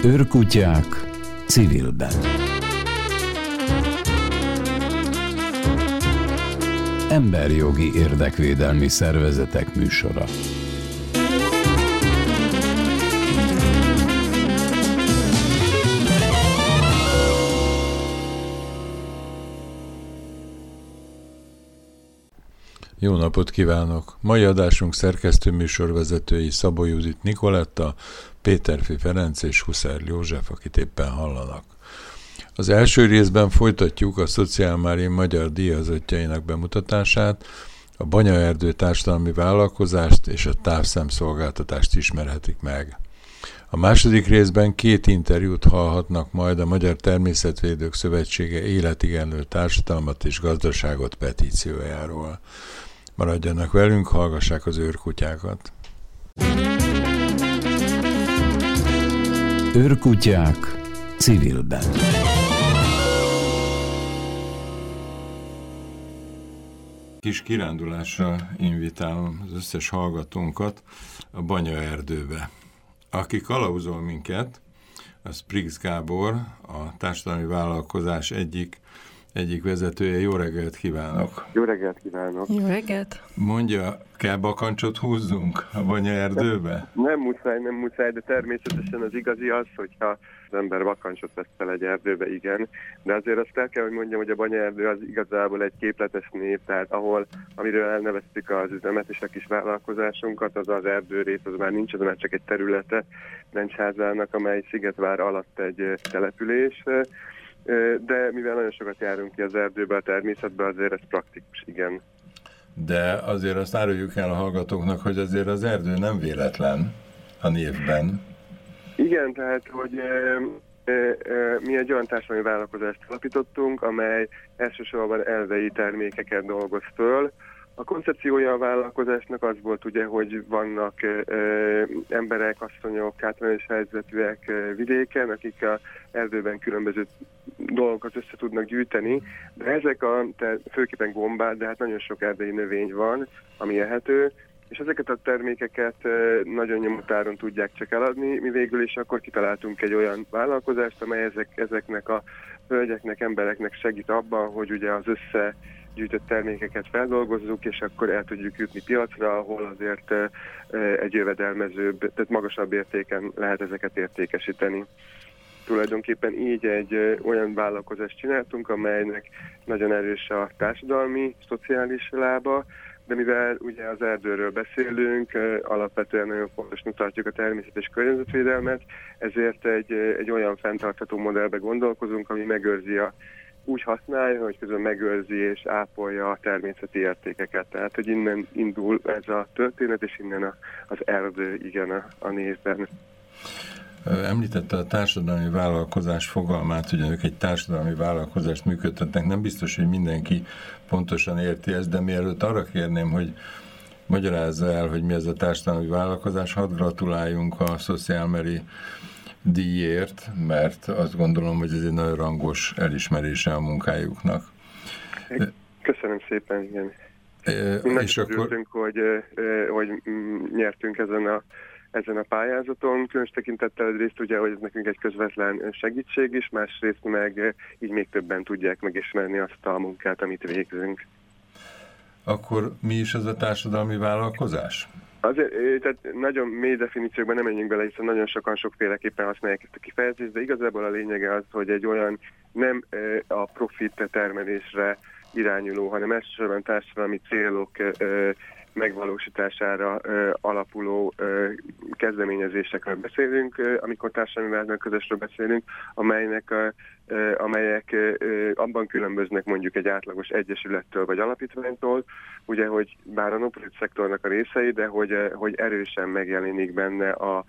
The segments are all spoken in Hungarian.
Őrkutyák civilben. Emberjogi érdekvédelmi szervezetek műsora. Jó napot kívánok! Mai adásunk szerkesztőműsorvezetői Szabó Judit Nikoletta, Péterfi Ferenc és Huszár József, akit éppen hallanak. Az első részben folytatjuk a Szociálmárin magyar díjazottjainak bemutatását, a Banyaerdő társadalmi vállalkozást és a távszemszolgáltatást ismerhetik meg. A második részben 2 interjút hallhatnak majd a Magyar Természetvédők Szövetsége életigenlő társadalmat és gazdaságot petíciójáról. Maradjanak velünk, hallgassák az őrkutyákat. Őrkutyák civilben. Kis kirándulásra invitálom az összes hallgatónkat a Banyaerdőbe. Aki kalauzol minket, az Prix Gábor, a társadalmi vállalkozás egyik vezetője. Jó reggelt kívánok! Jó reggelt kívánok! Jó reggelt! Mondja, kell bakancsot húzzunk a Banyaerdőbe? Nem muszáj, de természetesen az igazi az, hogyha az ember bakancsot vesz fel egy erdőbe, igen. De azért azt el kell, hogy mondjam, hogy a Banyaerdő az igazából egy képletes név, tehát amiről elneveztük az üzemet és a kis vállalkozásunkat, az az erdőrész, az már nincs, az már csak egy területe Mencsházának, amely Szigetvár alatt egy település. De mivel nagyon sokat járunk ki az erdőbe, a természetbe, azért ez praktikus, igen. De azért azt áruljuk el a hallgatóknak, hogy azért az erdő nem véletlen a névben. Igen, tehát, hogy mi egy olyan társadalmi vállalkozást alapítottunk, amely elsősorban erdei termékeket dolgoz föl. A koncepciója a vállalkozásnak az volt ugye, hogy vannak emberek, asszonyok, hátrányos helyzetűek vidéken, akik az erdőben különböző dolgokat össze tudnak gyűjteni, de ezek főképpen gombát, de hát nagyon sok erdei növény van, ami ehető, és ezeket a termékeket nagyon nyomott áron tudják csak eladni. Mi végül is akkor kitaláltunk egy olyan vállalkozást, amely ezeknek a hölgyeknek, embereknek segít abban, hogy ugye az összegyűjtött termékeket feldolgozzuk, és akkor el tudjuk jutni piacra, ahol azért egy jövedelmezőbb, tehát magasabb értéken lehet ezeket értékesíteni. Tulajdonképpen így egy olyan vállalkozást csináltunk, amelynek nagyon erős a társadalmi, szociális lába, de mivel ugye az erdőről beszélünk, alapvetően nagyon fontosnak tartjuk a természet és környezetvédelmet, ezért egy olyan fenntartható modellbe gondolkozunk, ami megőrzi úgy használja, hogy közben megőrzi és ápolja a természeti értékeket. Tehát, hogy innen indul ez a történet, és innen az erdő, igen, a névben. Említette a társadalmi vállalkozás fogalmát, hogy ők egy társadalmi vállalkozást működtetnek. Nem biztos, hogy mindenki pontosan érti ezt, de mielőtt arra kérném, hogy magyarázza el, hogy mi ez a társadalmi vállalkozás, hadd gratuláljunk a Szociálmári díjért, mert azt gondolom, hogy ez egy nagyon rangos elismerése a munkájuknak. Köszönöm szépen, igen. És akkor hogy nyertünk ezen a pályázaton, különös tekintettel egyrészt ugye, hogy ez nekünk egy közvetlen segítség is, másrészt meg így még többen tudják megismerni azt a munkát, amit végzünk. Akkor mi is ez a társadalmi vállalkozás? Azért, tehát nagyon mély definíciókban nem menjünk bele, hiszen nagyon sokan sokféleképpen használják ezt a kifejezést, de igazából a lényege az, hogy egy olyan nem a profit termelésre irányuló, hanem elsősorban társadalmi célok megvalósítására alapuló kezdeményezésekről beszélünk, amikor társadalmi vállalkozásról beszélünk, amelyek abban különböznek mondjuk egy átlagos egyesülettől vagy alapítványtól, ugye, hogy bár a non-profit szektornak a részei, de hogy erősen megjelenik benne a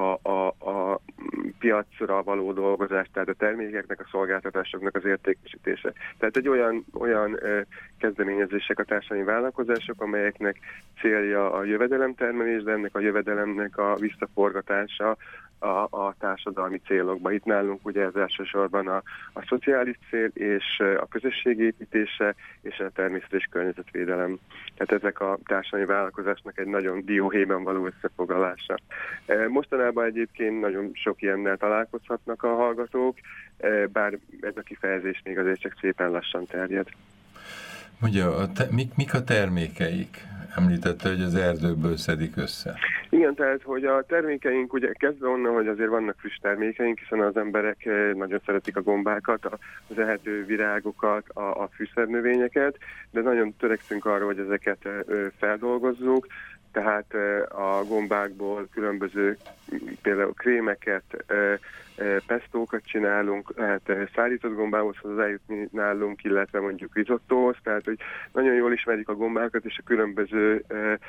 piacra való dolgozás, tehát a termékeknek, a szolgáltatásoknak az értékesítése. Tehát egy olyan kezdeményezések a társadalmi vállalkozások, amelyeknek célja a jövedelemtermelés, de ennek a jövedelemnek a visszaforgatása a társadalmi célokba. Itt nálunk ugye ez elsősorban a szociális cél és a közösségépítése és a természet és környezetvédelem. Tehát ezek a társadalmi vállalkozásnak egy nagyon dióhéjban való összefoglalása. Mostanában egyébként nagyon sok sok ilyennel találkozhatnak a hallgatók, bár ez a kifejezés még azért csak szépen lassan terjed. Mondja, mik a termékeik? Említette, hogy az erdőből szedik össze. Igen, tehát, hogy a termékeink ugye kezdve onnan, hogy azért vannak friss termékeink, hiszen az emberek nagyon szeretik a gombákat, az ehető virágokat, a fűszernövényeket, de nagyon törekszünk arra, hogy ezeket feldolgozzuk, tehát a gombákból különböző például krémeket, pestókat csinálunk, lehet szárított gombához hozzájutni nálunk, illetve mondjuk risottóhoz, tehát hogy nagyon jól ismerjük a gombákat, és a különböző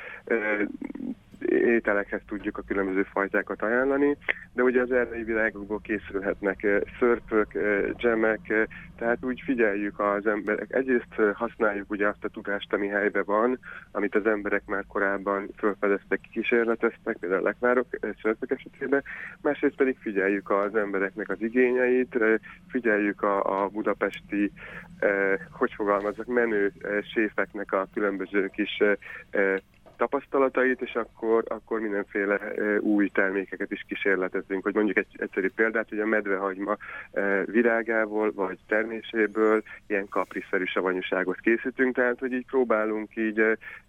ételekhez tudjuk a különböző fajtákat ajánlani, de ugye az erdei virágokból készülhetnek szörpök, dzsemek, tehát úgy figyeljük az emberek. Egyrészt használjuk ugye azt a tudást, ami helyben van, amit az emberek már korábban felfedeztek, kísérleteztek, például a lekvárok, szörpök esetében, másrészt pedig figyeljük az embereknek az igényeit, figyeljük a budapesti, hogy fogalmazok, menő séfeknek a különböző kis tapasztalatait, és akkor mindenféle új termékeket is kísérletezünk. Hogy mondjuk egy egyszerű példát, hogy a medvehagyma virágából vagy terméséből ilyen kapriszerű savanyúságot készítünk, tehát hogy így próbálunk így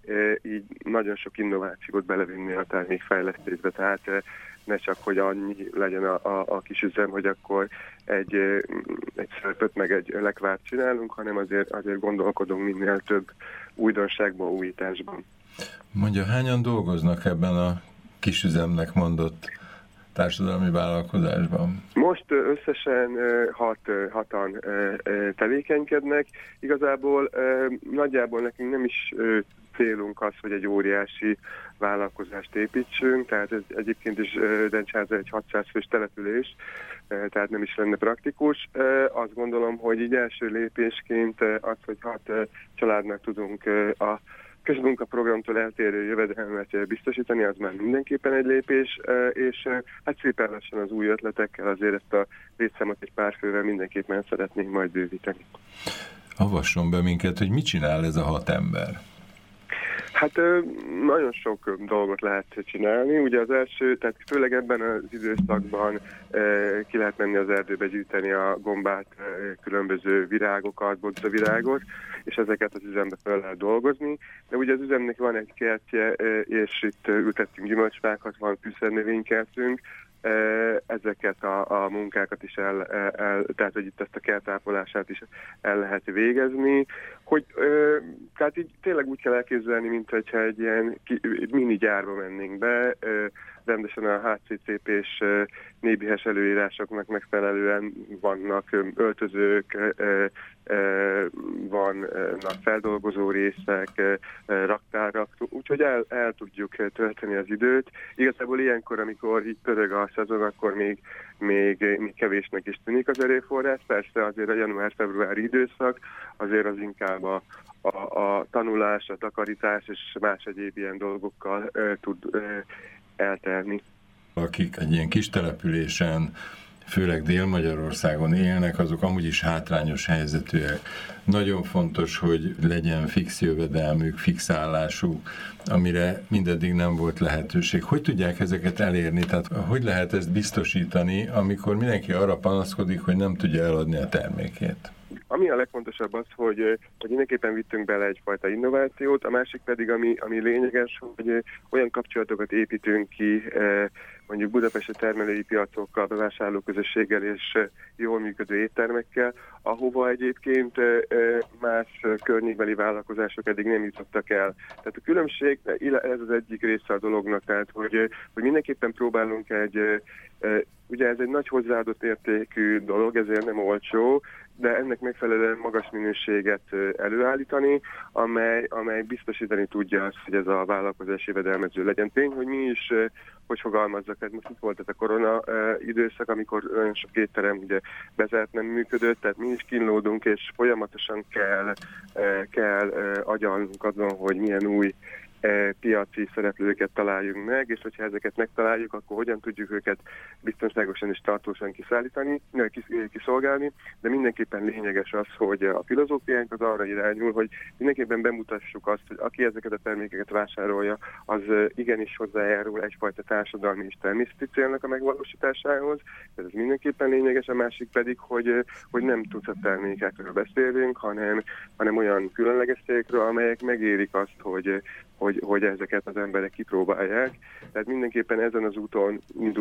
nagyon sok innovációt belevinni a termékfejlesztésbe, tehát ne csak, hogy annyi legyen a kis üzem, hogy akkor egy szörpöt meg egy lekvárt csinálunk, hanem azért gondolkodunk minél több újdonságban, újításban. Mondja, hányan dolgoznak ebben a kisüzemnek mondott társadalmi vállalkozásban? Most összesen hatan tevékenykednek. Igazából nagyjából nekünk nem is célunk az, hogy egy óriási vállalkozást építsünk, tehát ez egyébként is Dencsáza egy 600 fős település, tehát nem is lenne praktikus. Azt gondolom, hogy így első lépésként az, hogy 6 családnak tudunk a közmunkaprogramtól eltérő jövedelmet biztosítani, az már mindenképpen egy lépés, és hát szépen lassan az új ötletekkel azért ezt a létszámot egy pár fővel mindenképpen szeretnénk majd bővíteni. Avasson be minket, hogy mit csinál ez a 6 ember? Hát nagyon sok dolgot lehet csinálni. Ugye az első, tehát főleg ebben az időszakban ki lehet menni az erdőbe gyűjteni a gombát, különböző virágokat, bodzavirágot, és ezeket az üzembe fel lehet dolgozni. De ugye az üzemnek van egy kertje, és itt ültettünk gyümölcsfákat, van fűszernövénykertünk, ezeket a munkákat is tehát hogy itt ezt a kertápolását is el lehet végezni, hogy tehát így tényleg úgy kell elképzelni, mint hogyha egy ilyen mini gyárba mennénk be, rendesen a HCCP-s nébihes előírásoknak megfelelően vannak öltözők, vannak feldolgozó részek, raktárak, úgyhogy el tudjuk tölteni az időt. Igazából ilyenkor, amikor így pörög a szezon, akkor még kevésnek is tűnik az erőforrás. Persze azért a január-februári időszak azért az inkább a tanulás, a takarítás és más egyéb ilyen dolgokkal tud eltelni. Akik egy ilyen kis településen, főleg Dél-Magyarországon élnek, azok amúgy is hátrányos helyzetűek. Nagyon fontos, hogy legyen fix jövedelmük, fix állásuk, amire mindeddig nem volt lehetőség. Hogy tudják ezeket elérni? Tehát hogy lehet ezt biztosítani, amikor mindenki arra panaszkodik, hogy nem tudja eladni a termékét? Ami a legfontosabb az, hogy mindenképpen vittünk bele egyfajta innovációt, a másik pedig, ami lényeges, hogy olyan kapcsolatokat építünk ki, mondjuk budapesti termelői piacokkal, bevásárlóközösséggel és jól működő éttermekkel, ahova egyébként más környékbeli vállalkozások eddig nem jutottak el. Tehát a különbség, ez az egyik része a dolognak, tehát hogy mindenképpen próbálunk ugye ez egy nagy hozzáadott értékű dolog, ezért nem olcsó, de ennek megfelelően magas minőséget előállítani, amely biztosítani tudja azt, hogy ez a vállalkozás jövedelmező legyen. Tény, hogy mi is, hogy fogalmazzak, tehát most itt volt ez a korona időszak, amikor nagyon sok étterem ugye bezárt, nem működött, tehát mi is kínlódunk, és folyamatosan kell agyalnunk azon, hogy milyen új piaci szereplőket találjunk meg, és hogyha ezeket megtaláljuk, akkor hogyan tudjuk őket biztonságosan és tartósan kiszolgálni, de mindenképpen lényeges az, hogy a filozófiánk az arra irányul, hogy mindenképpen bemutassuk azt, hogy aki ezeket a termékeket vásárolja, az igenis hozzájárul egyfajta társadalmi és természeti célnak a megvalósításához, ez mindenképpen lényeges, a másik pedig, hogy nem tucat termékekről beszélünk, hanem olyan különlegességekről, amelyek megérik azt, hogy ezeket az emberek kipróbálják. Tehát mindenképpen ezen az úton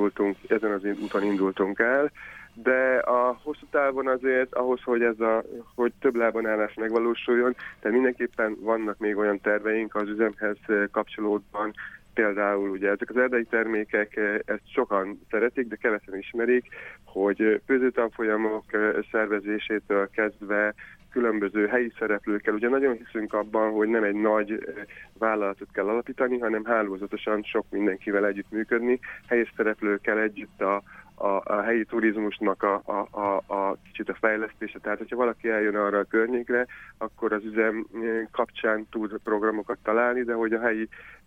indultunk el, de a hosszú távon azért ahhoz, hogy több lábon állás megvalósuljon, tehát mindenképpen vannak még olyan terveink az üzemhez kapcsolódban, például ugye ezek az erdei termékek, ezt sokan szeretik, de kevesen ismerik, hogy főzőtanfolyamok szervezésétől kezdve különböző helyi szereplőkkel. Ugye nagyon hiszünk abban, hogy nem egy nagy vállalatot kell alapítani, hanem hálózatosan sok mindenkivel együttműködni, helyi szereplőkkel együtt a helyi turizmusnak a kicsit a fejlesztése. Tehát, hogyha valaki eljön arra a környékre, akkor az üzem kapcsán tud programokat találni, de hogy a helyi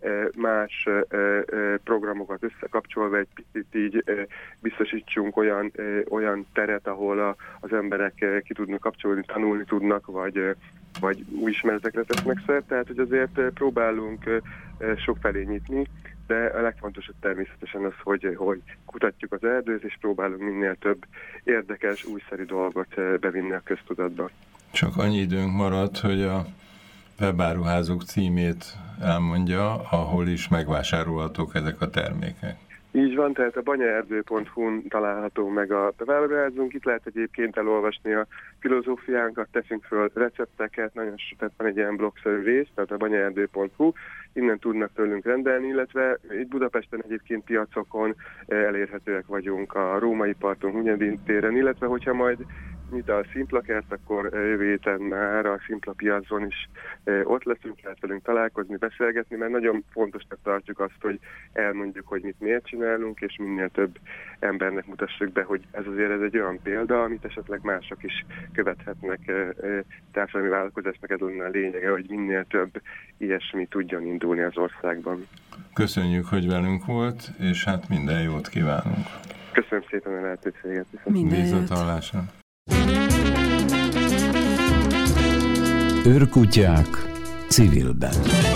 más programokat összekapcsolva egy picit így biztosítsunk olyan teret, ahol az emberek ki tudnak kapcsolni, tanulni tudnak, vagy új ismeretekre tesznek szert. Tehát, hogy azért próbálunk sokfelé nyitni, de a legfontosabb természetesen az, hogy kutatjuk az erdőt, és próbálunk minél több érdekes, újszerű dolgot bevinni a köztudatba. Csak annyi időnk maradt, hogy a webáruházuk címét elmondja, ahol is megvásárolhatók ezek a termékek. Így van, tehát a banyaerdő.hu-n található meg a webáruházunk. Itt lehet egyébként elolvasni a filozófiánkat, teszünk föl recepteket, nagyon sokat van egy ilyen blogszerű rész, tehát a banyaerdő.hu, innen tudnak tőlünk rendelni, illetve itt Budapesten egyébként piacokon elérhetőek vagyunk a Római parton, Hunyadi téren, illetve hogyha majd nyit a Szimplakert, akkor jövő héten már a Szimpla piacon is ott leszünk, lehet velünk találkozni, beszélgetni, mert nagyon fontosnak tartjuk azt, hogy elmondjuk, hogy mit miért csinálunk, és minél több embernek mutassuk be, hogy ez egy olyan példa, amit esetleg mások is követhetnek társadalmi vállalkozásnak, ez lenne a lényege, hogy minél több ilyesmi tudjon indulni az országban. Köszönjük, hogy velünk volt, és hát minden jót kívánunk. Köszönöm szépen a lehetőséget. Viszonthallásra. Őrkutyák civilben.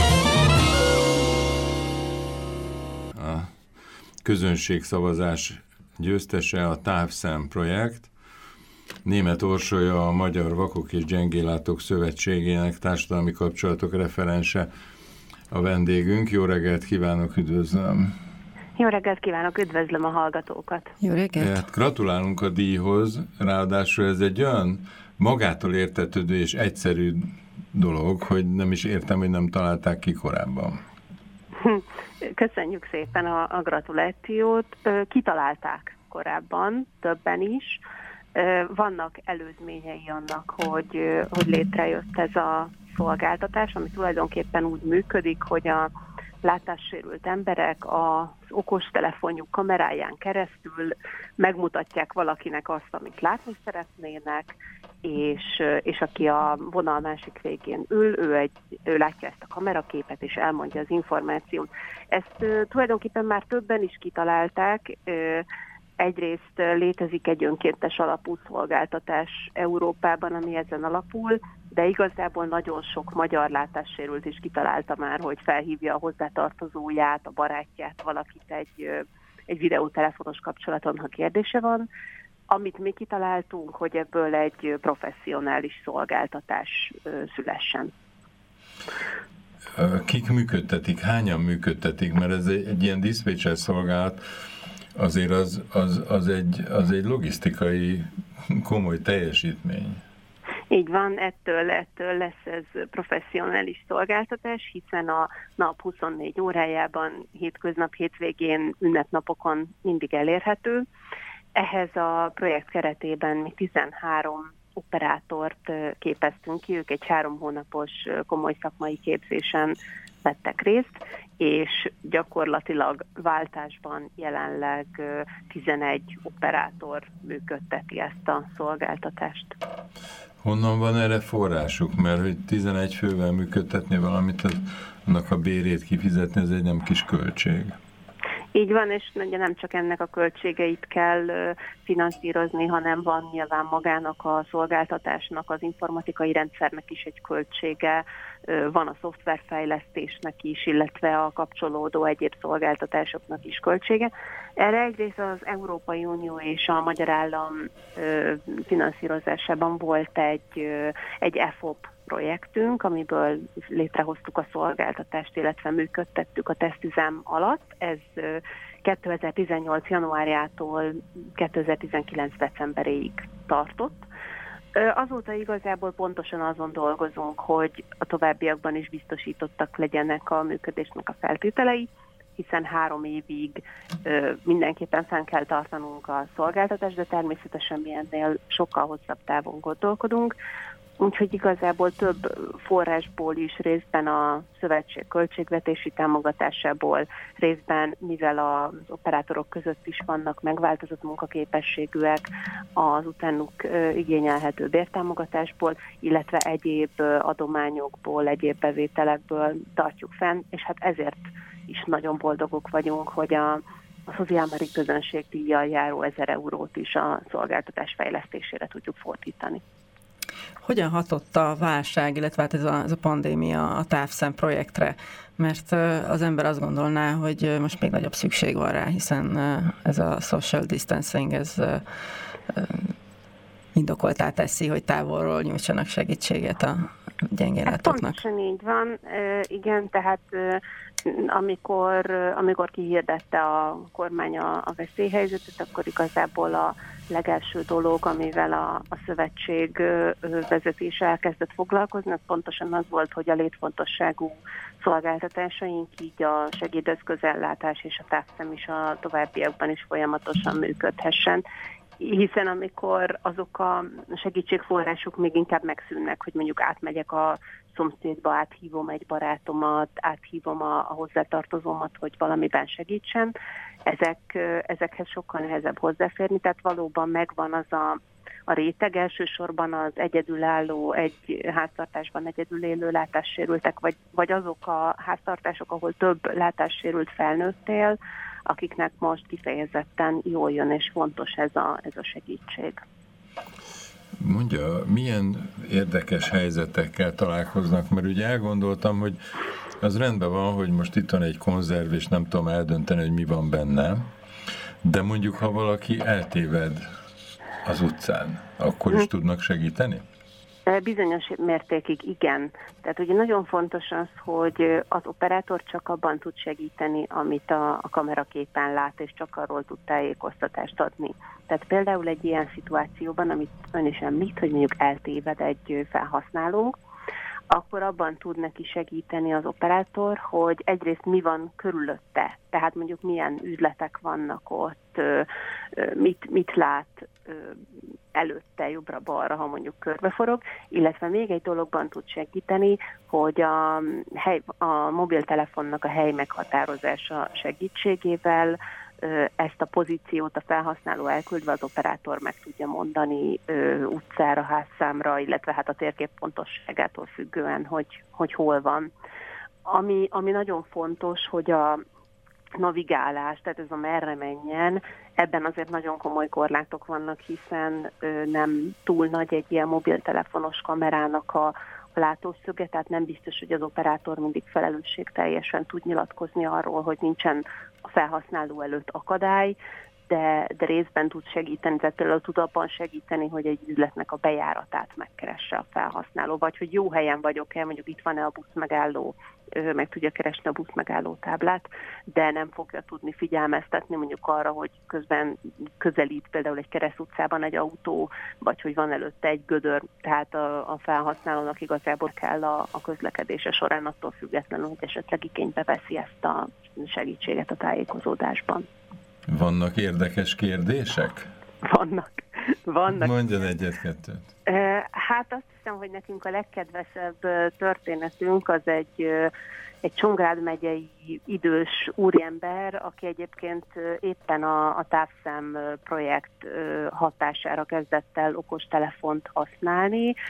A közönségszavazás győztese a Távszem projekt. Németh Orsolya, a Magyar Vakok és Gyengéllátók Szövetségének társadalmi kapcsolatok referense a vendégünk. Jó reggelt kívánok, üdvözlöm! Jó reggelt kívánok, üdvözlöm a hallgatókat! Jó reggelt! Hát gratulálunk a díjhoz, ráadásul ez egy olyan magától értetődő és egyszerű dolog, hogy nem is értem, hogy nem találták ki korábban. Köszönjük szépen a gratulációt. Kitalálták korábban, többen is. Vannak előzményei annak, hogy létrejött ez a szolgáltatás, ami tulajdonképpen úgy működik, hogy a látássérült emberek az okostelefonjuk kameráján keresztül megmutatják valakinek azt, amit látni szeretnének, és aki a vonal másik végén ül, ő látja ezt a kameraképet, és elmondja az információt. Ezt tulajdonképpen már többen is kitalálták. Egyrészt létezik egy önkéntes alapú szolgáltatás Európában, ami ezen alapul, de igazából nagyon sok magyar látássérült is kitalálta már, hogy felhívja a hozzátartozóját, a barátját, valakit egy videótelefonos kapcsolaton, ha kérdése van. Amit mi kitaláltunk, hogy ebből egy professzionális szolgáltatás szülessen. Kik működtetik? Hányan működtetik? Mert ez egy ilyen diszpécser szolgálat, azért az egy logisztikai komoly teljesítmény. Így van, ettől lesz ez professzionális szolgáltatás, hiszen a nap 24 órájában, hétköznap, hétvégén, ünnepnapokon mindig elérhető. Ehhez a projekt keretében mi 13 operátort képeztünk ki, ők egy 3 hónapos komoly szakmai képzésen vettek részt, és gyakorlatilag váltásban jelenleg 11 operátor működteti ezt a szolgáltatást. Honnan van erre forrásuk? Mert hogy 11 fővel működtetni valamit, a bérét kifizetni, ez egy nem kis költség. Így van, és ugye nem csak ennek a költségeit kell finanszírozni, hanem van nyilván magának a szolgáltatásnak, az informatikai rendszernek is egy költsége, van a szoftverfejlesztésnek is, illetve a kapcsolódó egyéb szolgáltatásoknak is költsége. Erre egyrészt az Európai Unió és a magyar állam finanszírozásában volt egy EFOP projektünk, amiből létrehoztuk a szolgáltatást, illetve működtettük a tesztüzem alatt. Ez 2018. januárjától 2019. decemberéig tartott. Azóta igazából pontosan azon dolgozunk, hogy a továbbiakban is biztosítottak legyenek a működésnek a feltételei, hiszen 3 évig mindenképpen fenn kell tartanunk a szolgáltatást, de természetesen mi ennél sokkal hosszabb távon gondolkodunk. Úgyhogy igazából több forrásból is, részben a szövetség költségvetési támogatásából, részben mivel az operátorok között is vannak megváltozott munkaképességűek, az utánuk igényelhető bértámogatásból, illetve egyéb adományokból, egyéb bevételekből tartjuk fenn, és hát ezért is nagyon boldogok vagyunk, hogy a szociálmari közönségdíjjal járó 1000 eurót is a szolgáltatás fejlesztésére tudjuk fordítani. Hogyan hatott a válság, illetve hát ez a pandémia a Távszem projektre? Mert az ember azt gondolná, hogy most még nagyobb szükség van rá, hiszen ez a social distancing, ez indokoltá teszi, hogy távolról nyújtsanak segítséget a gyengénlátóknak. Pontosan így van, igen, tehát amikor kihirdette a kormány a veszélyhelyzetet, akkor igazából a legelső dolog, amivel a szövetség vezetése elkezdett foglalkozni, az pontosan az volt, hogy a létfontosságú szolgáltatásaink, így a segédeszközellátás és a Távszem is a továbbiakban is folyamatosan működhessen. Hiszen amikor azok a segítségforrások még inkább megszűnnek, hogy mondjuk átmegyek a szomszédba, áthívom egy barátomat, áthívom a hozzátartozómat, hogy valamiben segítsen, ezekhez sokkal nehezebb hozzáférni, tehát valóban megvan az a réteg, elsősorban az egyedülálló, egy háztartásban egyedül élő látássérültek, vagy azok a háztartások, ahol több látássérült felnőtt él, akiknek most kifejezetten jól jön és fontos ez a segítség. Mondja, milyen érdekes helyzetekkel találkoznak, mert ugye elgondoltam, hogy az rendben van, hogy most itt van egy konzerv, és nem tudom eldönteni, hogy mi van benne, de mondjuk, ha valaki eltéved az utcán, akkor is tudnak segíteni? Bizonyos mértékig igen. Tehát ugye nagyon fontos az, hogy az operátor csak abban tud segíteni, amit a kameraképen lát, és csak arról tud tájékoztatást adni. Tehát például egy ilyen szituációban, amit ön is említ, hogy mondjuk eltéved egy felhasználónk, akkor abban tud neki segíteni az operátor, hogy egyrészt mi van körülötte, tehát mondjuk milyen üzletek vannak ott, mit lát előtte, jobbra-balra, ha mondjuk körbeforog, illetve még egy dologban tud segíteni, hogy a mobiltelefonnak a hely meghatározása segítségével ezt a pozíciót a felhasználó elküldve az operátor meg tudja mondani utcára, házszámra, illetve hát a térkép pontosságától függően, hogy hol van. Ami nagyon fontos, hogy a navigálás, tehát ez a merre menjen, ebben azért nagyon komoly korlátok vannak, hiszen nem túl nagy egy ilyen mobiltelefonos kamerának a látószöge, tehát nem biztos, hogy az operátor mindig felelősségteljesen tud nyilatkozni arról, hogy nincsen a felhasználó előtt akadály, de részben tud segíteni, tehát például tud abban segíteni, hogy egy üzletnek a bejáratát megkeresse a felhasználó, vagy hogy jó helyen vagyok-e, mondjuk itt van-e a buszmegálló, meg tudja keresni a buszmegálló táblát, de nem fogja tudni figyelmeztetni mondjuk arra, hogy közben közelít például egy Kereszt utcában egy autó, vagy hogy van előtte egy gödör, tehát a felhasználónak igazából kell a közlekedése során attól függetlenül, hogy esetleg igénybe veszi ezt a segítséget a tájékozódásban. Vannak érdekes kérdések? Vannak. Mondjon egyet-kettőt. Hát azt hiszem, hogy nekünk a legkedvesebb történetünk az egy Csongrád megyei idős úriember, aki egyébként éppen a Távszem projekt hatására kezdett el okostelefont használni,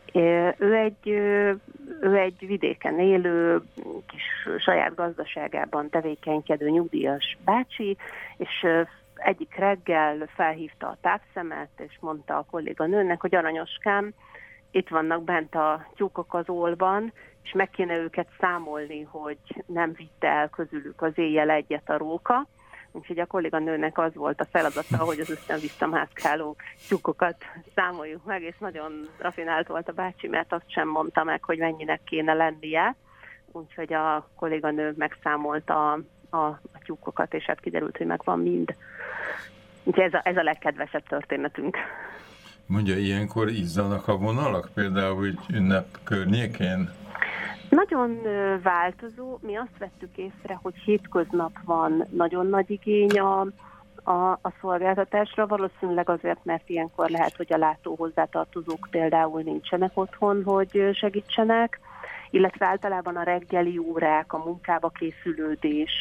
Ő egy vidéken élő, kis saját gazdaságában tevékenykedő nyugdíjas bácsi, és egyik reggel felhívta a távszemet, és mondta a kolléganőnek, hogy aranyoskám, itt vannak bent a tyúkok az ólban, és meg kéne őket számolni, hogy nem vitte el közülük az éjjel egyet a róka. Úgyhogy a kolléganőnek az volt a feladata, hogy az össze-visszamászkáló tyúkokat számoljuk meg, és nagyon rafinált volt a bácsi, mert azt sem mondta meg, hogy mennyinek kéne lennie. Úgyhogy a kolléganő megszámolta a tyúkokat, és hát kiderült, hogy megvan mind. Úgyhogy ez a legkedvesebb történetünk. Mondja, ilyenkor izzanak a vonalak, például hogy ünnep környékén? Nagyon változó. Mi azt vettük észre, hogy hétköznap van nagyon nagy igény a szolgáltatásra, valószínűleg azért, mert ilyenkor lehet, hogy a látó hozzátartozók például nincsenek otthon, hogy segítsenek, illetve általában a reggeli órák, a munkába készülődés,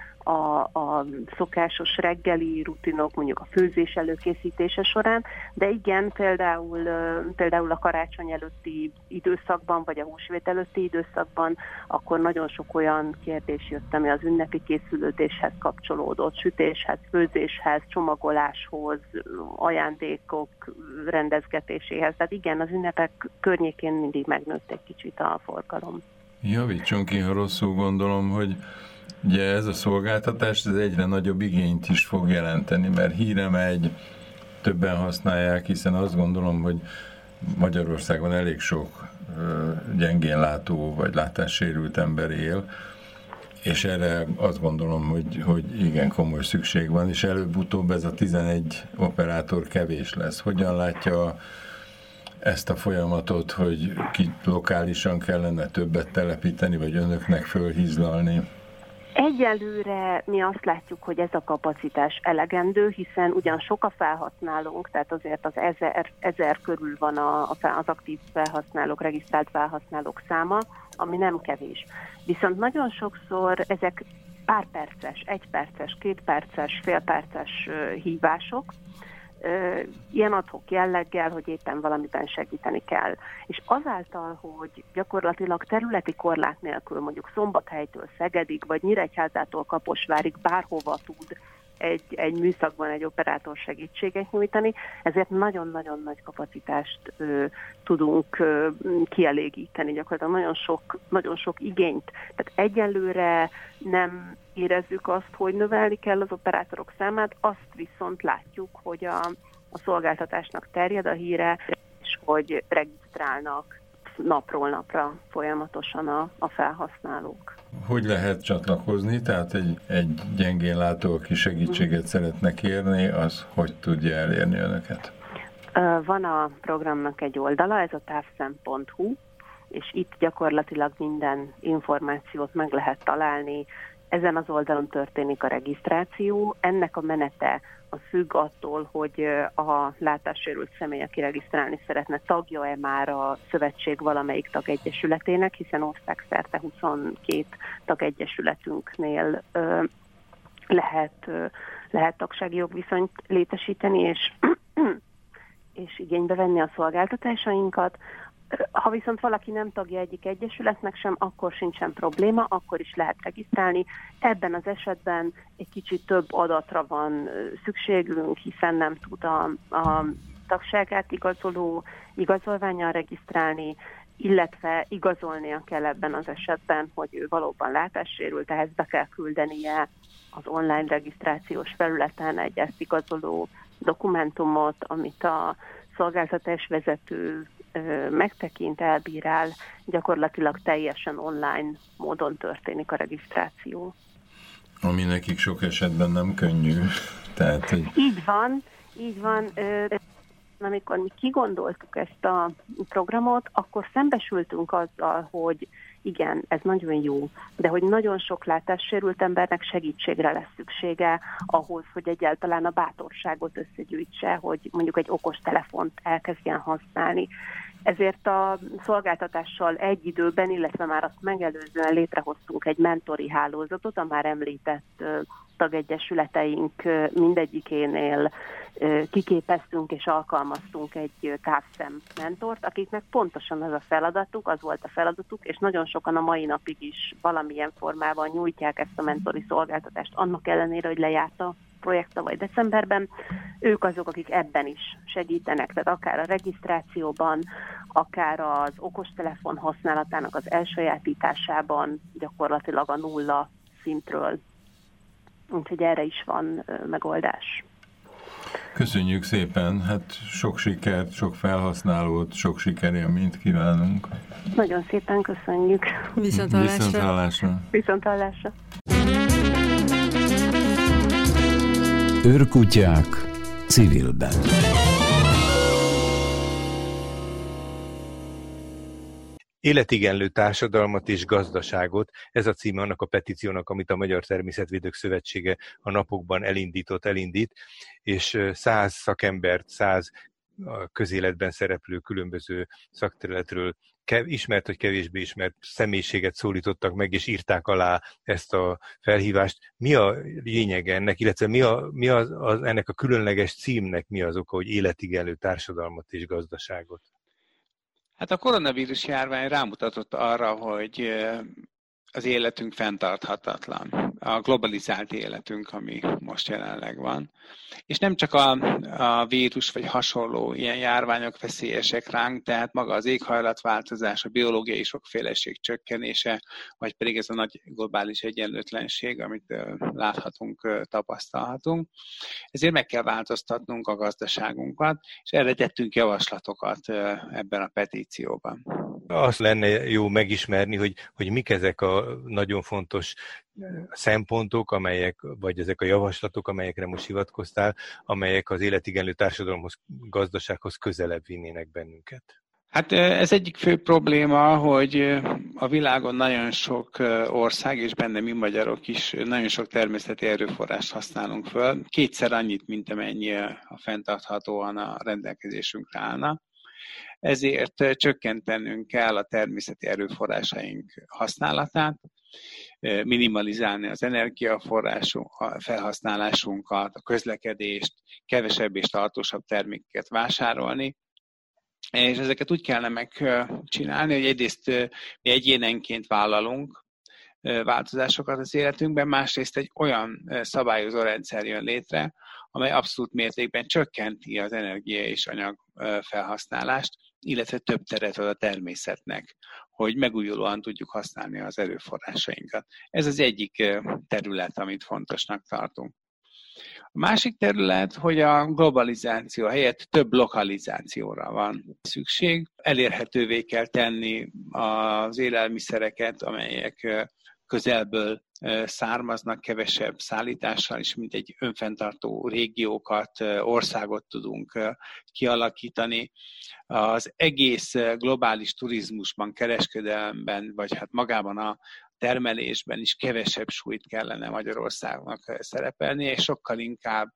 a szokásos reggeli rutinok, mondjuk a főzés előkészítése során, de igen, például a karácsony előtti időszakban, vagy a húsvét előtti időszakban, akkor nagyon sok olyan kérdés jött, ami az ünnepi készülődéshez kapcsolódott, sütéshez, főzéshez, csomagoláshoz, ajándékok rendezgetéséhez. Tehát igen, az ünnepek környékén mindig megnőtt egy kicsit a forgalom. Javítson ki, ha rosszul gondolom, hogy ugye ez a szolgáltatás ez egyre nagyobb igényt is fog jelenteni, mert híre megy, többen használják, hiszen azt gondolom, hogy Magyarországon elég sok gyengén látó vagy látássérült ember él, és erre azt gondolom, hogy igen komoly szükség van, és előbb-utóbb ez a 11 operátor kevés lesz. Hogyan látja ezt a folyamatot, hogy lokálisan kellene többet telepíteni, vagy önöknek fölhízlalni? Egyelőre mi azt látjuk, hogy ez a kapacitás elegendő, hiszen ugyan sok a felhasználónk, tehát azért az 1000 körül van az aktív felhasználók, regisztrált felhasználók száma, ami nem kevés. Viszont nagyon sokszor ezek pár perces, 1 perces, 2 perces, fél perces hívások, ilyen ad-hoc jelleggel, hogy éppen valamiben segíteni kell. És azáltal, hogy gyakorlatilag területi korlát nélkül, mondjuk Szombathelytől Szegedig, vagy Nyíregyházától Kaposvárig bárhova tud egy műszakban egy operátor segítséget nyújtani, ezért nagyon-nagyon nagy kapacitást tudunk kielégíteni, gyakorlatilag nagyon sok igényt. Tehát egyelőre nem érezzük azt, hogy növelni kell az operátorok számát, azt viszont látjuk, hogy a szolgáltatásnak terjed a híre, és hogy regisztrálnak napról napra folyamatosan a felhasználók. Hogy lehet csatlakozni? Tehát egy gyengén látó, aki segítséget szeretne kérni, az hogy tudja elérni önöket? Van a programnak egy oldala, ez a távszem.hu, és itt gyakorlatilag minden információt meg lehet találni. Ezen az oldalon történik a regisztráció. Ennek a menete az függ attól, hogy a látássérült személy, aki regisztrálni szeretne, tagja-e már a szövetség valamelyik tagegyesületének, hiszen országszerte 22 tagegyesületünknél lehet tagsági jogviszonyt létesíteni, és igénybe venni a szolgáltatásainkat. Ha viszont valaki nem tagja egyik egyesületnek sem, akkor sincsen probléma, akkor is lehet regisztrálni. Ebben az esetben egy kicsit több adatra van szükségünk, hiszen nem tud a tagságát igazoló igazolvánnyal regisztrálni, illetve igazolnia kell ebben az esetben, hogy ő valóban látássérült, ehhez be kell küldenie az online regisztrációs felületen egy ezt igazoló dokumentumot, amit a szolgáltatásvezető megtekint, elbírál, gyankorlatilag teljesen online módon történik a regisztráció. Ami nekik sok esetben nem könnyű. Tehát, hogy... Így van. Amikor mi kigondoltuk ezt a programot, akkor szembesültünk azzal, hogy igen, ez nagyon jó, de hogy nagyon sok látássérült embernek segítségre lesz szüksége ahhoz, hogy egyáltalán a bátorságot összegyűjtse, hogy mondjuk egy okos telefont elkezdjen használni. Ezért a szolgáltatással egy időben, illetve már azt megelőzően létrehoztunk egy mentori hálózatot, a már említett tagegyesületeink mindegyikénél kiképeztünk és alkalmaztunk egy távszem mentort, akiknek pontosan az a feladatuk, az volt a feladatuk, és nagyon sokan a mai napig is valamilyen formában nyújtják ezt a mentori szolgáltatást, annak ellenére, hogy lejárt a projekt tavaly decemberben. Ők azok, akik ebben is segítenek, tehát akár a regisztrációban, akár az okostelefon használatának az elsajátításában, gyakorlatilag a nulla szintről. Úgyhogy erre is van megoldás. Köszönjük szépen, hát sok sikert, sok felhasználót, sok sikerélményt kívánunk. Nagyon szépen köszönjük. Viszonthallásra. Viszonthallásra. Őrkutyák civilben. Életigenlő társadalmat és gazdaságot, ez a címe annak a petíciónak, amit a Magyar Természetvédők Szövetsége a napokban elindít, és 100 szakembert, 100 közéletben szereplő különböző szakterületről ismert vagy kevésbé ismert személyiséget szólítottak meg, és írták alá ezt a felhívást. Mi a lényege ennek, illetve mi ennek a különleges címnek mi az oka, hogy életigenlő társadalmat és gazdaságot? Hát a koronavírus járvány rámutatott arra, hogy az életünk fenntarthatatlan. A globalizált életünk, ami most jelenleg van. És nem csak a vírus vagy hasonló ilyen járványok veszélyesek ránk, tehát maga az éghajlatváltozás, a biológiai sokféleség csökkenése, vagy pedig ez a nagy globális egyenlőtlenség, amit láthatunk, tapasztalhatunk. Ezért meg kell változtatnunk a gazdaságunkat, és erre tettünk javaslatokat ebben a petícióban. Azt lenne jó megismerni, hogy mik ezek a nagyon fontos szempontok, vagy ezek a javaslatok, amelyekre most hivatkoztál, amelyek az életigenlő társadalomhoz, gazdasághoz közelebb vinnének bennünket. Hát ez egyik fő probléma, hogy a világon nagyon sok ország, és benne mi magyarok is nagyon sok természeti erőforrást használunk föl, kétszer annyit, mint amennyi a fenntarthatóan a rendelkezésünkre állna. Ezért csökkentenünk kell a természeti erőforrásaink használatát, minimalizálni az energiaforrásunk, a felhasználásunkat, a közlekedést, kevesebb és tartósabb termékeket vásárolni. És ezeket úgy kellene megcsinálni, hogy egyrészt mi egyénenként vállalunk változásokat az életünkben, másrészt egy olyan szabályozó rendszer jön létre, amely abszolút mértékben csökkenti az energia és anyag felhasználást, illetve több teret ad a természetnek, hogy megújulóan tudjuk használni az erőforrásainkat. Ez az egyik terület, amit fontosnak tartunk. A másik terület, hogy a globalizáció helyett több lokalizációra van szükség. Elérhetővé kell tenni az élelmiszereket, amelyek közelből származnak, kevesebb szállítással, és mint egy önfenntartó régiókat, országot tudunk kialakítani. Az egész globális turizmusban, kereskedelemben, vagy hát magában a termelésben is kevesebb súlyt kellene Magyarországnak szerepelni, és sokkal inkább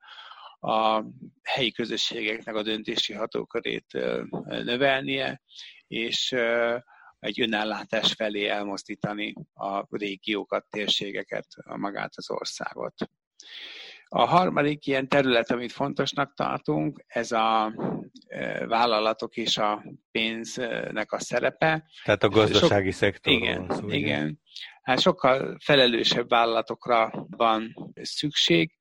a helyi közösségeknek a döntési hatókörét növelnie, és egy önellátás felé elmozdítani a régiókat, térségeket, magát az országot. A harmadik ilyen terület, amit fontosnak tartunk, ez a vállalatok és a pénznek a szerepe. Tehát a gazdasági szektorban van szó. Igen. Hát sokkal felelősebb vállalatokra van szükség,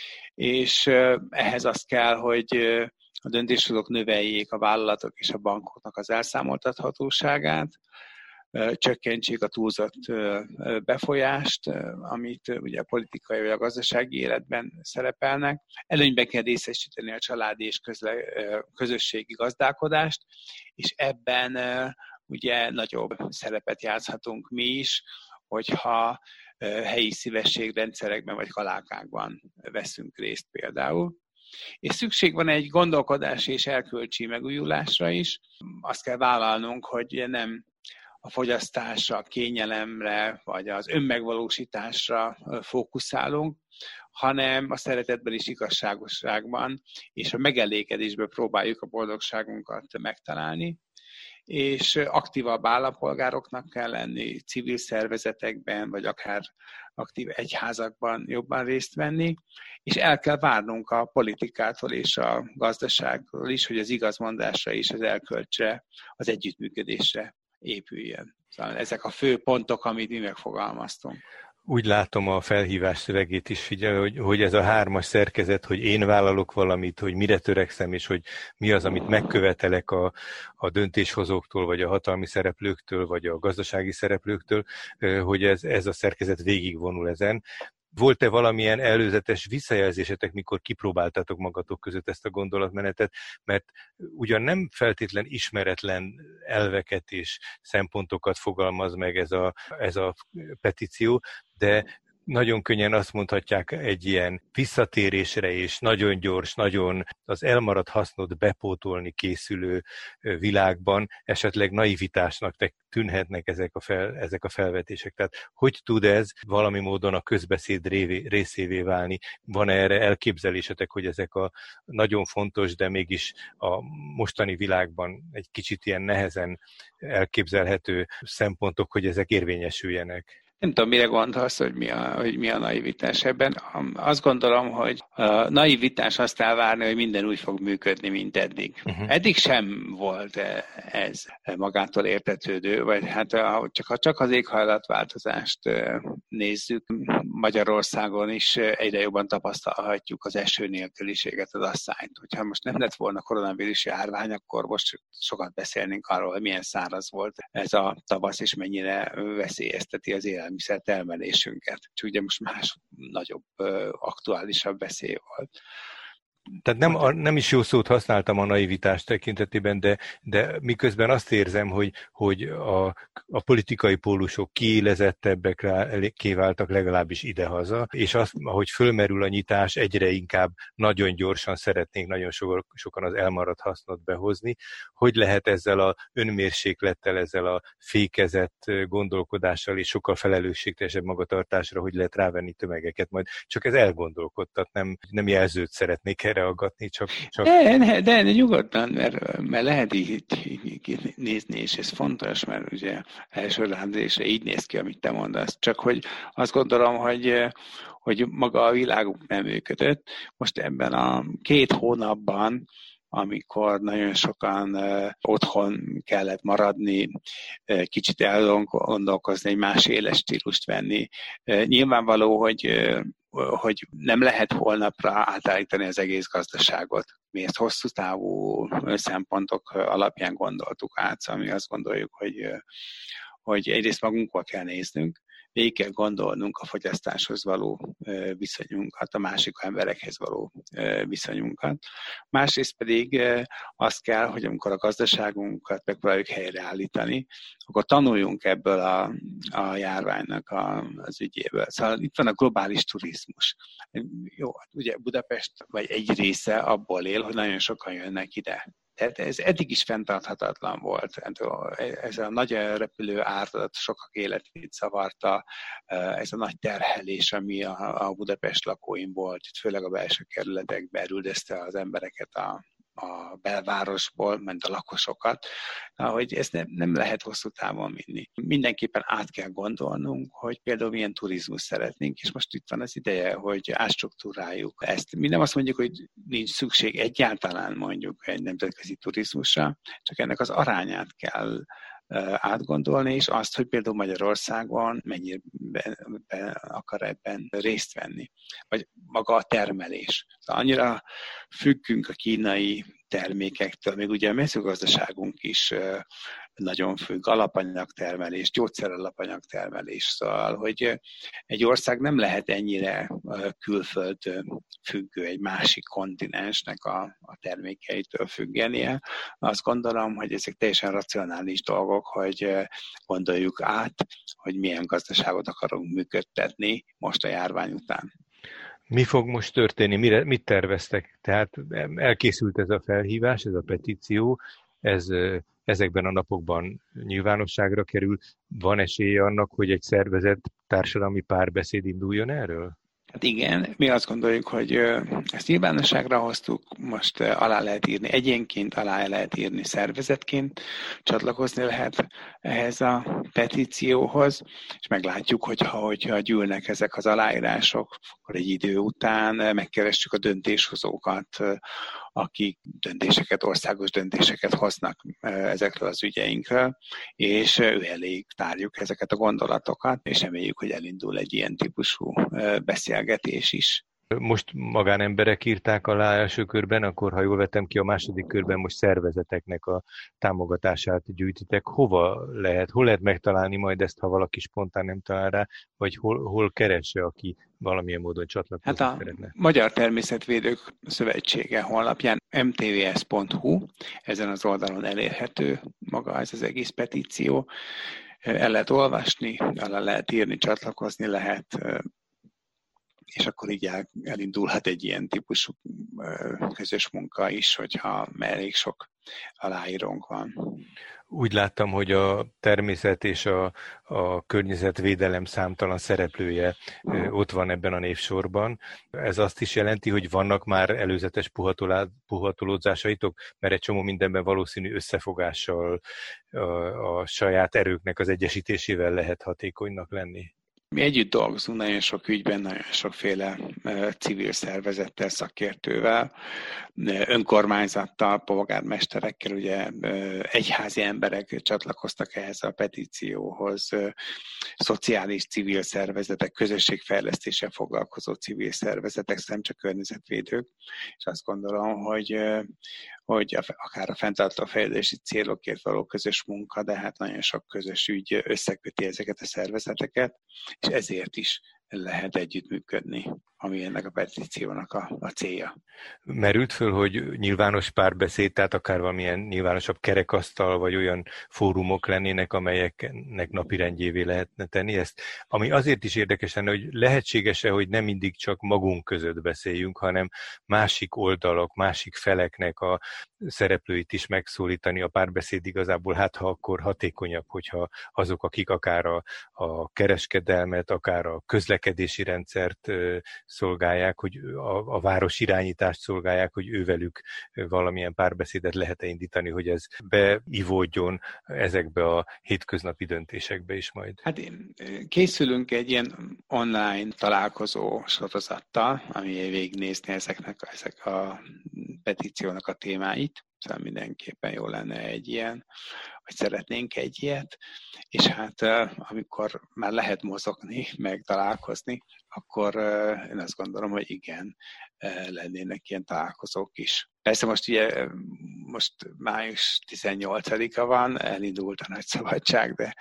és ehhez az kell, hogy a döntéshozók növeljék a vállalatok és a bankoknak az elszámoltathatóságát, csökkentsék a túlzott befolyást, amit ugye a politikai vagy a gazdasági életben szerepelnek. Előnyben kell részesíteni a családi és közösségi gazdálkodást, és ebben ugye nagyobb szerepet játszhatunk mi is, hogyha helyi szívességrendszerekben vagy kalákákban veszünk részt például. És szükség van egy gondolkodási és erkölcsi megújulásra is. Azt kell vállalnunk, hogy nem a fogyasztásra, a kényelemre, vagy az önmegvalósításra fókuszálunk, hanem a szeretetben és igazságosságban és a megelégedésben próbáljuk a boldogságunkat megtalálni. és aktívabb állampolgároknak kell lenni, civil szervezetekben, vagy akár aktív egyházakban jobban részt venni, és el kell várnunk a politikától és a gazdaságtól is, hogy az igazmondásra és az erkölcsre, az együttműködésre épüljön. Szóval ezek a fő pontok, amit mi megfogalmaztunk. Úgy látom a felhívás szövegét is, figyelj, hogy ez a 3-as szerkezet, hogy én vállalok valamit, hogy mire törekszem, és hogy mi az, amit megkövetelek a döntéshozóktól, vagy a hatalmi szereplőktől, vagy a gazdasági szereplőktől, hogy ez a szerkezet végigvonul ezen. Volt-e valamilyen előzetes visszajelzésetek, mikor kipróbáltátok magatok között ezt a gondolatmenetet? Mert ugyan nem feltétlen ismeretlen elveket és szempontokat fogalmaz meg ez a petíció, de nagyon könnyen azt mondhatják egy ilyen visszatérésre és nagyon gyors, nagyon az elmaradt hasznot bepótolni készülő világban esetleg naivitásnak tűnhetnek ezek a felvetések. Tehát hogy tud ez valami módon a közbeszéd részévé válni? Van erre elképzelésetek, hogy ezek a nagyon fontos, de mégis a mostani világban egy kicsit ilyen nehezen elképzelhető szempontok, hogy ezek érvényesüljenek? Nem tudom, mire gondolsz, hogy mi a naivitás ebben. Azt gondolom, hogy a naivitás azt elvárni, hogy minden úgy fog működni, mint eddig. Eddig sem volt ez magától értetődő, vagy hát csak az éghajlatváltozást nézzük, Magyarországon is egyre jobban tapasztalhatjuk az eső nélküliséget, az asszályt. Hogyha most nem lett volna koronavírus járvány, akkor most sokat beszélnénk arról, hogy milyen száraz volt ez a tavasz, és mennyire veszélyezteti az élelmiszer termelésünket. Csak ugye most más nagyobb, aktuálisabb veszély volt. Tehát nem is jó szót használtam a naivitás tekintetében, de miközben azt érzem, hogy a politikai pólusok kiélezettebbekké váltak legalábbis idehaza, és azt, ahogy fölmerül a nyitás, egyre inkább nagyon gyorsan szeretnénk nagyon sokan az elmaradt hasznot behozni. Hogy lehet ezzel a önmérséklettel, ezzel a fékezett gondolkodással és sokkal felelősségteljesebb magatartásra, hogy lehet rávenni tömegeket majd? Csak ez elgondolkodtat, nem jelzőt szeretnék reaggatni, csak... De nyugodtan, mert lehet így nézni, és ez fontos, mert ugye első ránézésre így néz ki, amit te mondasz. Csak hogy azt gondolom, hogy maga a világunk nem működött. Most ebben a 2 hónapban, amikor nagyon sokan otthon kellett maradni, kicsit elgondolkozni, egy más éles stílust venni. Nyilvánvaló, hogy nem lehet holnapra átállítani az egész gazdaságot. Mi ezt hosszú távú szempontok alapján gondoltuk át, szóval mi azt gondoljuk, hogy egyrészt magunkba kell néznünk, végig kell gondolnunk a fogyasztáshoz való viszonyunkat, a másik emberekhez való viszonyunkat. Másrészt pedig azt kell, hogy amikor a gazdaságunkat megpróbáljuk helyreállítani, akkor tanuljunk ebből a járványnak az ügyéből. Szóval itt van a globális turizmus. Jó, ugye Budapest vagy egy része abból él, hogy nagyon sokan jönnek ide. Tehát ez eddig is fenntarthatatlan volt. Ez a nagy repülő áradat sokak életét zavarta, ez a nagy terhelés, ami a Budapest lakóin volt, főleg a belső kerületekben üldözte az embereket a belvárosból, ment a lakosokat, hogy ezt nem lehet hosszú távon vinni. Mindenképpen át kell gondolnunk, hogy például milyen turizmus szeretnénk, és most itt van az ideje, hogy átstruktúráljuk ezt. Mi nem azt mondjuk, hogy nincs szükség egyáltalán mondjuk egy nemzetközi turizmusra, csak ennek az arányát kell átgondolni, és azt, hogy például Magyarországon mennyire akar ebben részt venni. Vagy maga a termelés. Szóval annyira függünk a kínai termékektől, még ugye a mezőgazdaságunk is nagyon függ, alapanyagtermelés, gyógyszeralapanyagtermelés, szóval, hogy egy ország nem lehet ennyire külföld függő, egy másik kontinensnek a termékeitől függenie. Azt gondolom, hogy ezek teljesen racionális dolgok, hogy gondoljuk át, hogy milyen gazdaságot akarunk működtetni most a járvány után. Mi fog most történni? Mit terveztek? Tehát elkészült ez a felhívás, ez a petíció, ez ezekben a napokban nyilvánosságra kerül. Van esélye annak, hogy egy szervezett társadalmi párbeszéd induljon erről? Hát igen, mi azt gondoljuk, hogy ezt nyilvánosságra hoztuk, most alá lehet írni egyénként, alá lehet írni szervezetként, csatlakozni lehet ehhez a petícióhoz, és meglátjuk, hogyha gyűlnek ezek az aláírások, akkor egy idő után megkeressük a döntéshozókat, akik országos döntéseket hoznak ezekről az ügyeinkről, és ő elég tárjuk ezeket a gondolatokat, és reméljük, hogy elindul egy ilyen típusú beszélgetés is. Most magánemberek írták alá első körben, akkor ha jól vettem ki, a második körben most szervezeteknek a támogatását gyűjtitek. Hol lehet megtalálni majd ezt, ha valaki spontán nem talál rá, vagy hol keresse, aki valamilyen módon csatlakozni szeretne? A Magyar Természetvédők Szövetsége honlapján mtvs.hu, ezen az oldalon elérhető maga ez az egész petíció. El lehet olvasni, alá lehet írni, csatlakozni lehet, és akkor így elindulhat egy ilyen típusú közös munka is, hogyha elég sok aláírónk van. Úgy láttam, hogy a természet és a környezetvédelem számtalan szereplője ott van ebben a névsorban. Ez azt is jelenti, hogy vannak már előzetes puhatolódzásaitok, mert egy csomó mindenben valószínű összefogással, a saját erőknek az egyesítésével lehet hatékonynak lenni. Mi együtt dolgozunk nagyon sok ügyben, nagyon sokféle civil szervezettel, szakértővel, önkormányzattal, polgármesterekkel, ugye egyházi emberek csatlakoztak ehhez a petícióhoz, szociális civil szervezetek, közösségfejlesztéssel foglalkozó civil szervezetek, nem csak környezetvédők, és azt gondolom, hogy akár a fenntartó fejlődési célokért való közös munka, de hát nagyon sok közös ügy összeköti ezeket a szervezeteket, és ezért is lehet együttműködni, ami ennek a petíciónak a célja. Merült föl, hogy nyilvános párbeszéd, tehát akár valamilyen nyilvánosabb kerekasztal, vagy olyan fórumok lennének, amelyeknek napirendjévé lehetne tenni ezt, ami azért is érdekes lenne, hogy lehetséges-e, hogy nem mindig csak magunk között beszéljünk, hanem másik oldalak, másik feleknek a szereplőit is megszólítani a párbeszéd igazából, hát ha akkor hatékonyabb, hogyha azok, akik akár a kereskedelmet, akár a közlekedési rendszert szolgálják, hogy a város irányítást szolgálják, hogy ővelük valamilyen párbeszédet lehet-e indítani, hogy ez beivódjon ezekbe a hétköznapi döntésekbe is majd. Hát készülünk egy ilyen online találkozó sorozattal, ami végignézni ezek a petíciónak a témáit. Szóval mindenképpen jó lenne egy ilyen, vagy szeretnénk egy ilyet, és hát amikor már lehet mozogni, meg találkozni, akkor én azt gondolom, hogy igen, lennének ilyen találkozók is. Persze most május 18-a van, elindult a nagy szabadság,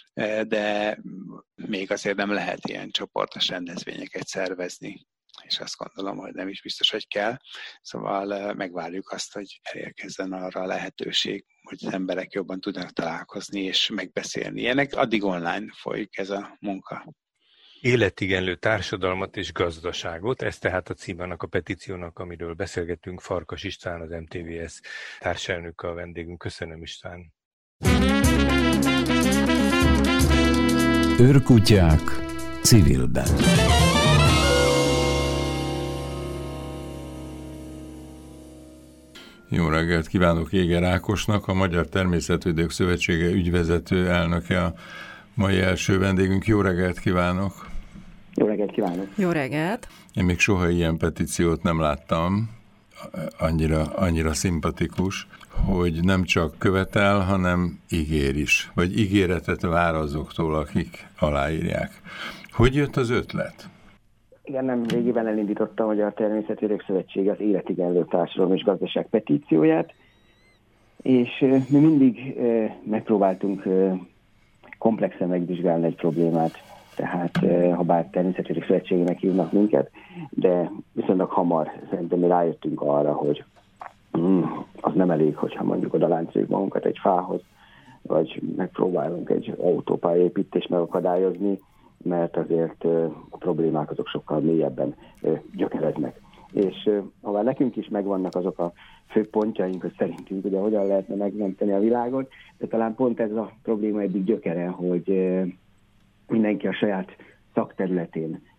de még azért nem lehet ilyen csoportos rendezvényeket szervezni, és azt gondolom, hogy nem is biztos, hogy kell. Szóval megvárjuk azt, hogy elérkezzen arra a lehetőség, hogy az emberek jobban tudnak találkozni és megbeszélni. Ilyenek addig online folyik ez a munka. Életigenlő társadalmat és gazdaságot, ez tehát a címe annak a petíciónak, amiről beszélgetünk. Farkas István, az MTVS társelnöke a vendégünk. Köszönöm, István. Őrkutyák civilben. Jó reggelt kívánok Jéger Ákosnak, a Magyar Természetvédők Szövetsége ügyvezető elnöke a mai első vendégünk. Jó reggelt kívánok! Jó reggelt kívánok! Jó reggelt! Én még soha ilyen petíciót nem láttam, annyira szimpatikus, hogy nem csak követel, hanem ígér is, vagy ígéretet vár azoktól, akik aláírják. Hogy jött az ötlet? Igen, nem régiben elindította a Magyar Természetvédők Szövetsége az életigenlő társadalom és gazdaság petícióját, és mi mindig megpróbáltunk komplexen megvizsgálni egy problémát, tehát ha bár Természetvédők Szövetségének hívnak minket, de viszonylag hamar szerintem mi rájöttünk arra, hogy az nem elég, hogyha mondjuk oda láncoljuk magunkat egy fához, vagy megpróbálunk egy autópályaépítést megakadályozni, mert azért a problémák azok sokkal mélyebben gyökereznek. És ha nekünk is megvannak azok a fő pontjaink, hogy szerintünk ugye hogyan lehetne megmenteni a világot, de talán pont ez a probléma egyik gyökere, hogy mindenki a saját szakterületén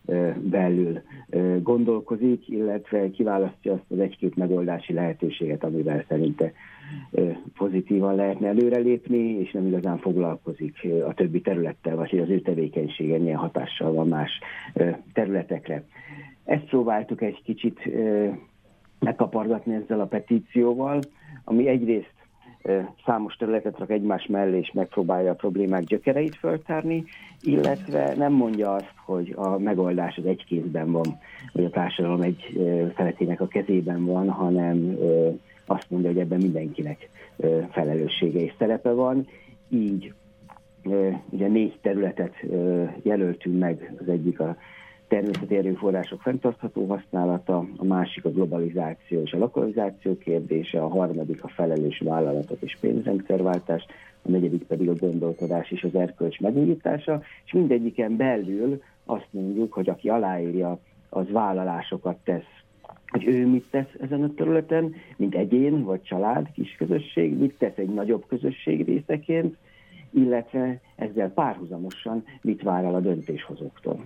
belül gondolkozik, illetve kiválasztja azt az egy-két megoldási lehetőséget, amivel szerinte pozitívan lehetne előrelépni, és nem igazán foglalkozik a többi területtel, vagy hogy az ő tevékenysége milyen hatással van más területekre. Ezt próbáltuk egy kicsit megkapargatni ezzel a petícióval, ami egyrészt számos területet rak egymás mellé, és megpróbálja a problémák gyökereit föltárni, illetve nem mondja azt, hogy a megoldás az egy kézben van, vagy a társadalom egy feletének a kezében van, hanem azt mondja, hogy ebben mindenkinek felelőssége és szerepe van. Így ugye 4 területet jelöltünk meg, az egyik a természeti erőforrások fenntartható használata, a másik a globalizáció és a lokalizáció kérdése, a harmadik a felelős vállalatok és pénzrendszerváltás, a negyedik pedig a gondolkodás és az erkölcs megújítása, és mindegyiken belül azt mondjuk, hogy aki aláírja, az vállalásokat tesz, hogy ő mit tesz ezen a területen, mint egyén vagy család, kis közösség, mit tesz egy nagyobb közösség részeként, illetve ezzel párhuzamosan mit vár el a döntéshozóktól.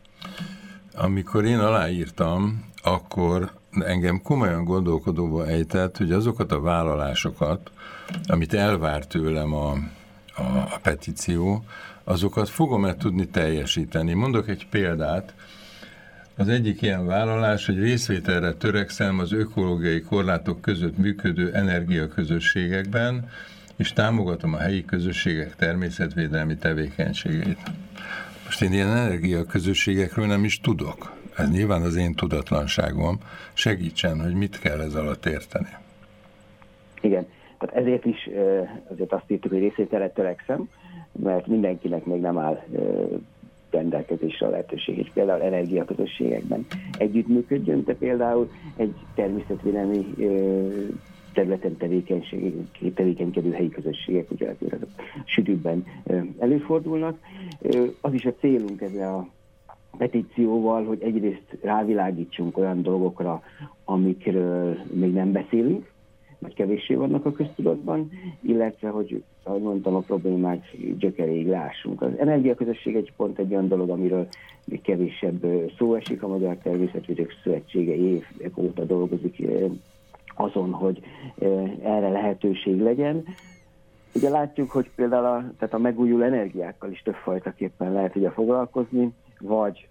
Amikor én aláírtam, akkor engem komolyan gondolkodóba ejtett, hogy azokat a vállalásokat, amit elvár tőlem a petíció, azokat fogom-e tudni teljesíteni. Mondok egy példát. Az egyik ilyen vállalás, hogy részvételre törekszem az ökológiai korlátok között működő energiaközösségekben, és támogatom a helyi közösségek természetvédelmi tevékenységét. Most én ilyen energiaközösségekről nem is tudok. Ez nyilván az én tudatlanságom. Segítsen, hogy mit kell ez alatt érteni. Igen, tehát ezért is azért azt írtuk, hogy részvételre törekszem, mert mindenkinek még nem áll rendelkezésre a lehetőség, és például energiaközösségekben együttműködjön, de például egy természetvédelmi területen tevékenykedő helyi közösségek, ugye azért azok sűrűbben előfordulnak. Az is a célunk ezzel a petícióval, hogy egyrészt rávilágítsunk olyan dolgokra, amikről még nem beszélünk, vagy kevéssé vannak a köztudatban, illetve, hogy, ahogy mondtam, a problémák gyökeréig lássunk. Az energiaközösség egy olyan dolog, amiről még kevésebb szó esik. A Magyar Természetvédők Szövetsége évek óta dolgozik azon, hogy erre lehetőség legyen. Ugye látjuk, hogy például tehát a megújuló energiákkal is többfajtaképpen lehet ugye foglalkozni, vagy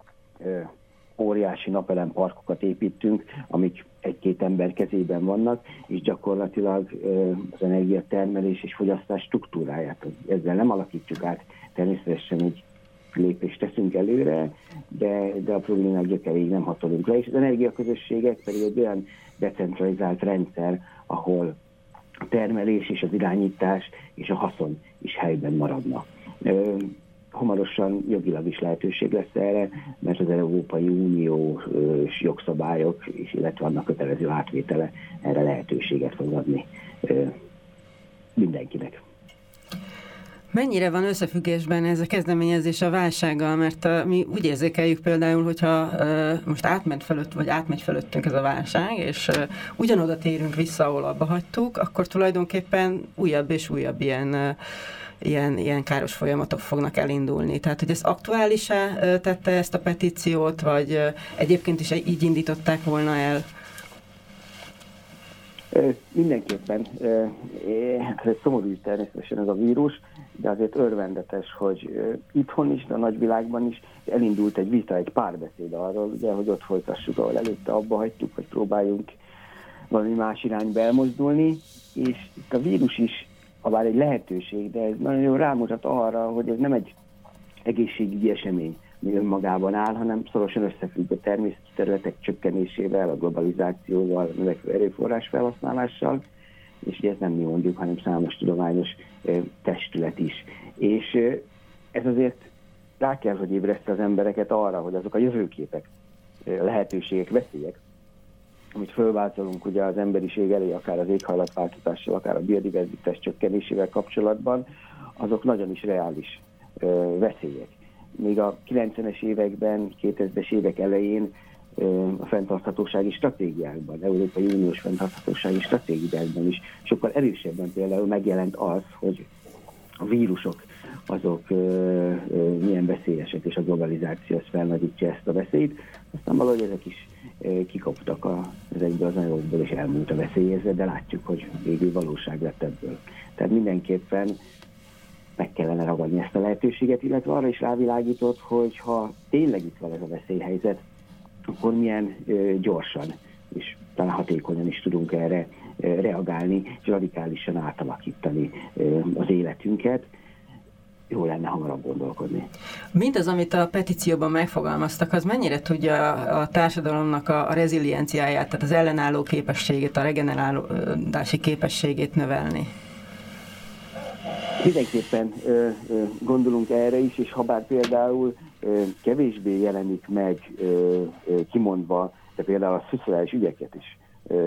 óriási napelemparkokat építünk, amik egy-két ember kezében vannak, és gyakorlatilag az energiatermelés és fogyasztás struktúráját ezzel nem alakítjuk át. Természetesen egy lépést teszünk előre, de a problémák gyökeréig nem hatolunk le, és az energiaközösségek pedig egy olyan decentralizált rendszer, ahol a termelés és az irányítás és a haszon is helyben maradna. Hamarosan jogilag is lehetőség lesz erre, mert az Európai Uniós jogszabályok, illetve annak kötelező átvétele erre lehetőséget fog adni mindenkinek. Mennyire van összefüggésben ez a kezdeményezés a válsággal? Mert mi úgy érzékeljük például, hogyha most átmegy fölöttünk ez a válság, és ugyanoda térünk vissza, ahol abba hagytuk, akkor tulajdonképpen újabb és újabb ilyen káros folyamatok fognak elindulni. Tehát, hogy ez aktuális-e tette ezt a petíciót, vagy egyébként is így indították volna el? Mindenképpen. Ez szomorú természetesen ez a vírus, de azért örvendetes, hogy itthon is, de a nagyvilágban is elindult egy vita, egy párbeszéd arról, ugye, hogy ott folytassuk, ahol előtte abba hagytuk, hogy próbáljunk valami más irányba elmozdulni, és itt a vírus is, habár egy lehetőség, de ez nagyon jól rámutat arra, hogy ez nem egy egészségügyi esemény, ami önmagában áll, hanem szorosan összefügg a természeti területek csökkenésével, a globalizációval, a növekvő erőforrás felhasználással, és ugye ezt nem mi mondjuk, hanem számos tudományos testület is. És ez azért rá kell, hogy ébreszte az embereket arra, hogy azok a jövőképek, lehetőségek, veszélyek, amit fölváltozunk ugye az emberiség elé, akár az éghajlatváltozással, akár a biodiverzitás csökkenésével kapcsolatban, azok nagyon is reális veszélyek. Még a 90-es években, 2000-es évek elején a fenntarthatósági stratégiákban, Európai Uniós fenntarthatósági stratégiákban is sokkal erősebben például megjelent az, hogy a vírusok azok milyen veszélyesek, és a globalizáció az felnagyítja ezt a veszélyt. Aztán valahogy ezek is kikaptak ezekből az anyagokból, és elmúlt a veszélyérzet, de látjuk, hogy végül valóság lett ebből. Tehát mindenképpen meg kellene ragadni ezt a lehetőséget, illetve arra is rávilágított, hogy ha tényleg itt van ez a veszélyhelyzet, akkor milyen gyorsan és talán hatékonyan is tudunk erre reagálni, és radikálisan átalakítani az életünket. Jó lenne hamarabb gondolkodni. Mindaz, amit a petícióban megfogalmaztak, az mennyire tudja a társadalomnak a rezilienciáját, tehát az ellenálló képességét, a regenerálási képességét növelni? Mindenképpen gondolunk erre is, és habár például kevésbé jelenik meg kimondva, de például a szociális ügyeket is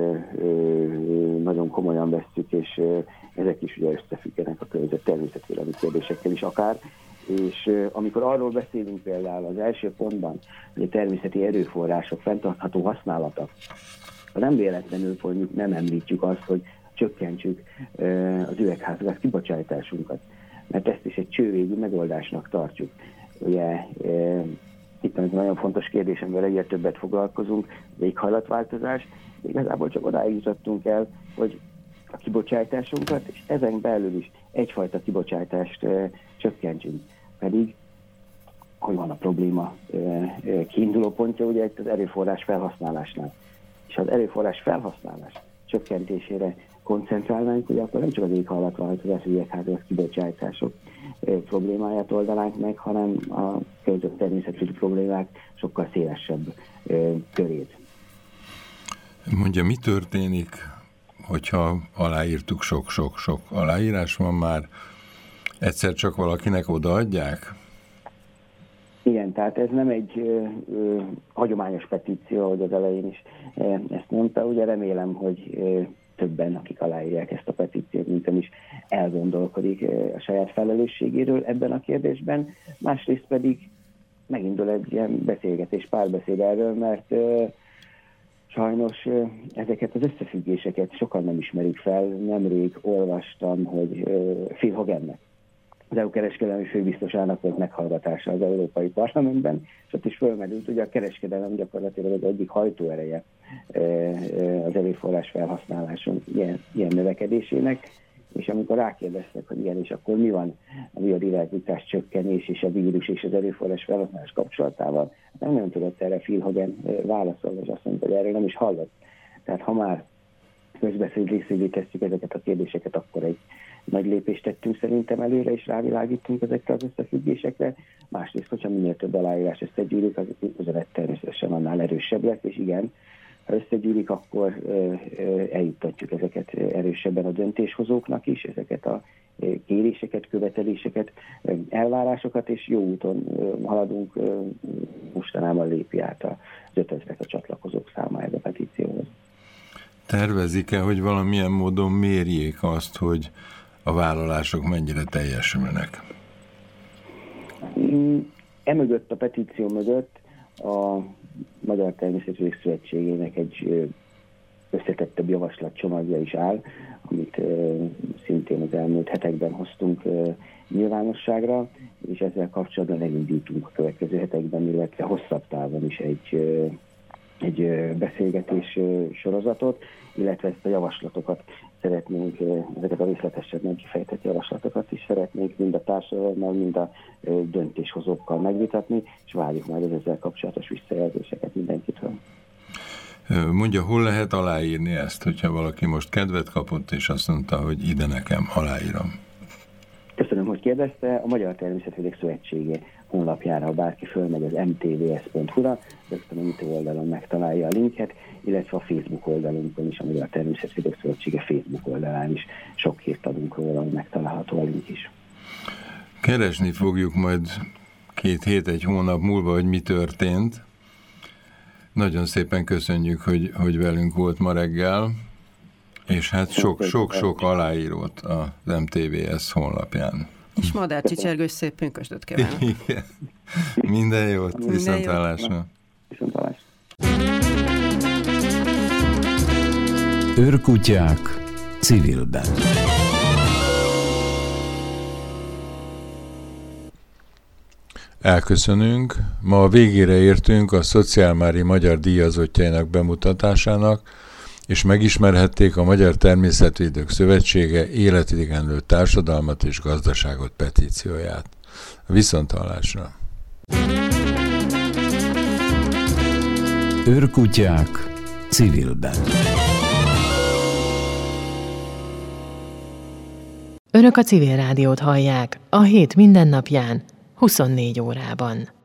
nagyon komolyan vesszük, és ezek is ugye összefüggenek a környezet természetvédelmi kérdésekkel is akár. És amikor arról beszélünk például az első pontban, hogy a természeti erőforrások fenntartható használata, nem véletlenül mondjuk nem említjük azt, hogy csökkentsük az üvegházgáz kibocsátásunkat, mert ezt is egy csővégű megoldásnak tartjuk. Ugye itt egy nagyon fontos kérdés, amivel egyre többet foglalkozunk, az éghajlatváltozás, de igazából csak odáig jutottunk el, hogy a kibocsátásunkat, és ezen belül is egyfajta kibocsátást csökkentsünk. Pedig, hogy van a probléma kiinduló pontja, ugye itt az erőforrás felhasználásnál. És az erőforrás felhasználás csökkentésére koncentrálnánk, hogy akkor nem csak az éghajlatváltozás, üvegházgáz kibocsátások problémáját oldanánk meg, hanem a környezet természetvédelmi problémák sokkal szélesebb körét. Mondja, mi történik, hogyha aláírtuk, sok aláírás van már, egyszer csak valakinek odaadják? Igen, tehát ez nem egy hagyományos petíció, ahogy az elején is ezt mondta. Ugye remélem, hogy többen, akik aláírják ezt a petíciót, mint is elgondolkodik a saját felelősségéről ebben a kérdésben. Másrészt pedig megindul egy ilyen beszélgetés, párbeszéd erről, mert sajnos ezeket az összefüggéseket sokan nem ismerik fel. Nemrég olvastam, hogy Phil Hogannek, az EU kereskedelmi főbiztosának volt meghallgatása az Európai Parlamentben, és ott is fölmerült, hogy a kereskedelem gyakorlatilag az egyik hajtóereje az erőforrás felhasználáson ilyen növekedésének, és amikor rákérdeztek, hogy igen, és akkor mi van a biodiverzitás csökkenés és a vírus és az erőforrás felhasználás kapcsolatával, nem tudott erre Phil Hogan válaszolni, és azt mondta, hogy erről nem is hallott. Tehát ha már közbeszéd részévé tesszük ezeket a kérdéseket, akkor egy nagy lépést tettünk szerintem előre, és rávilágítunk ezekre az összefüggésekre. Másrészt, hogyha minél több aláírás összegyűlik, az üzenet természetesen annál erősebb lesz, és igen, ha összegyűlik, akkor eljuttatjuk ezeket erősebben a döntéshozóknak is, ezeket a kéréseket, követeléseket, elvárásokat, és jó úton haladunk, mostanában lépi át az 5000-et a csatlakozók számára a petícióhoz. Tervezik-e, hogy valamilyen módon mérjék azt, hogy a vállalások mennyire teljesülnek? Emögött, a petíció mögött a Magyar Természetvédelmi Szövetségének egy összetettebb javaslatcsomagja is áll, amit szintén az elmúlt hetekben hoztunk nyilvánosságra, és ezzel kapcsolatban elindítunk a következő hetekben, illetve hosszabb távon is egy beszélgetés sorozatot, illetve ezt a javaslatokat szeretnénk, ezeket a részletesebben kifejtett javaslatokat is szeretnénk mind a társadalommal, mind a döntéshozókkal megvitatni, és várjuk majd az ezzel kapcsolatos visszajelzéseket mindenkitől. Mondja, hol lehet aláírni ezt, hogyha valaki most kedvet kapott, és azt mondta, hogy ide nekem, aláírom? Köszönöm, hogy kérdezte. A Magyar Természetvédelmi Szövetségé honlapjára, ha bárki fölmegy az mtvs.hu-ra, rögtön a nyitó oldalon megtalálja a linket, illetve a Facebook oldalunkon is, a Magyar Természetvédelmi Szövetsége Facebook oldalán is sok hírt adunk róla, megtalálható a link is. Keresni fogjuk majd 2 hét, 1 hónap múlva, hogy mi történt. Nagyon szépen köszönjük, hogy velünk volt ma reggel, és hát sok aláírót az MTVS honlapján. És madárcsicsergős szép pünkösdöt kívánok. Igen. Minden jót, viszonthallásra. Viszonthallásra. Őrkutyák civilben. elköszönünk. Ma a végére értünk a Szociálmári Magyar díjazottjainak bemutatásának, és megismerhették a Magyar Természetvédők Szövetsége Életigenlő társadalmat és gazdaságot petícióját. Viszonthallásra! Őrkutyák civilben. Önök a Civil Rádiót hallják a hét mindennapján, 24 órában.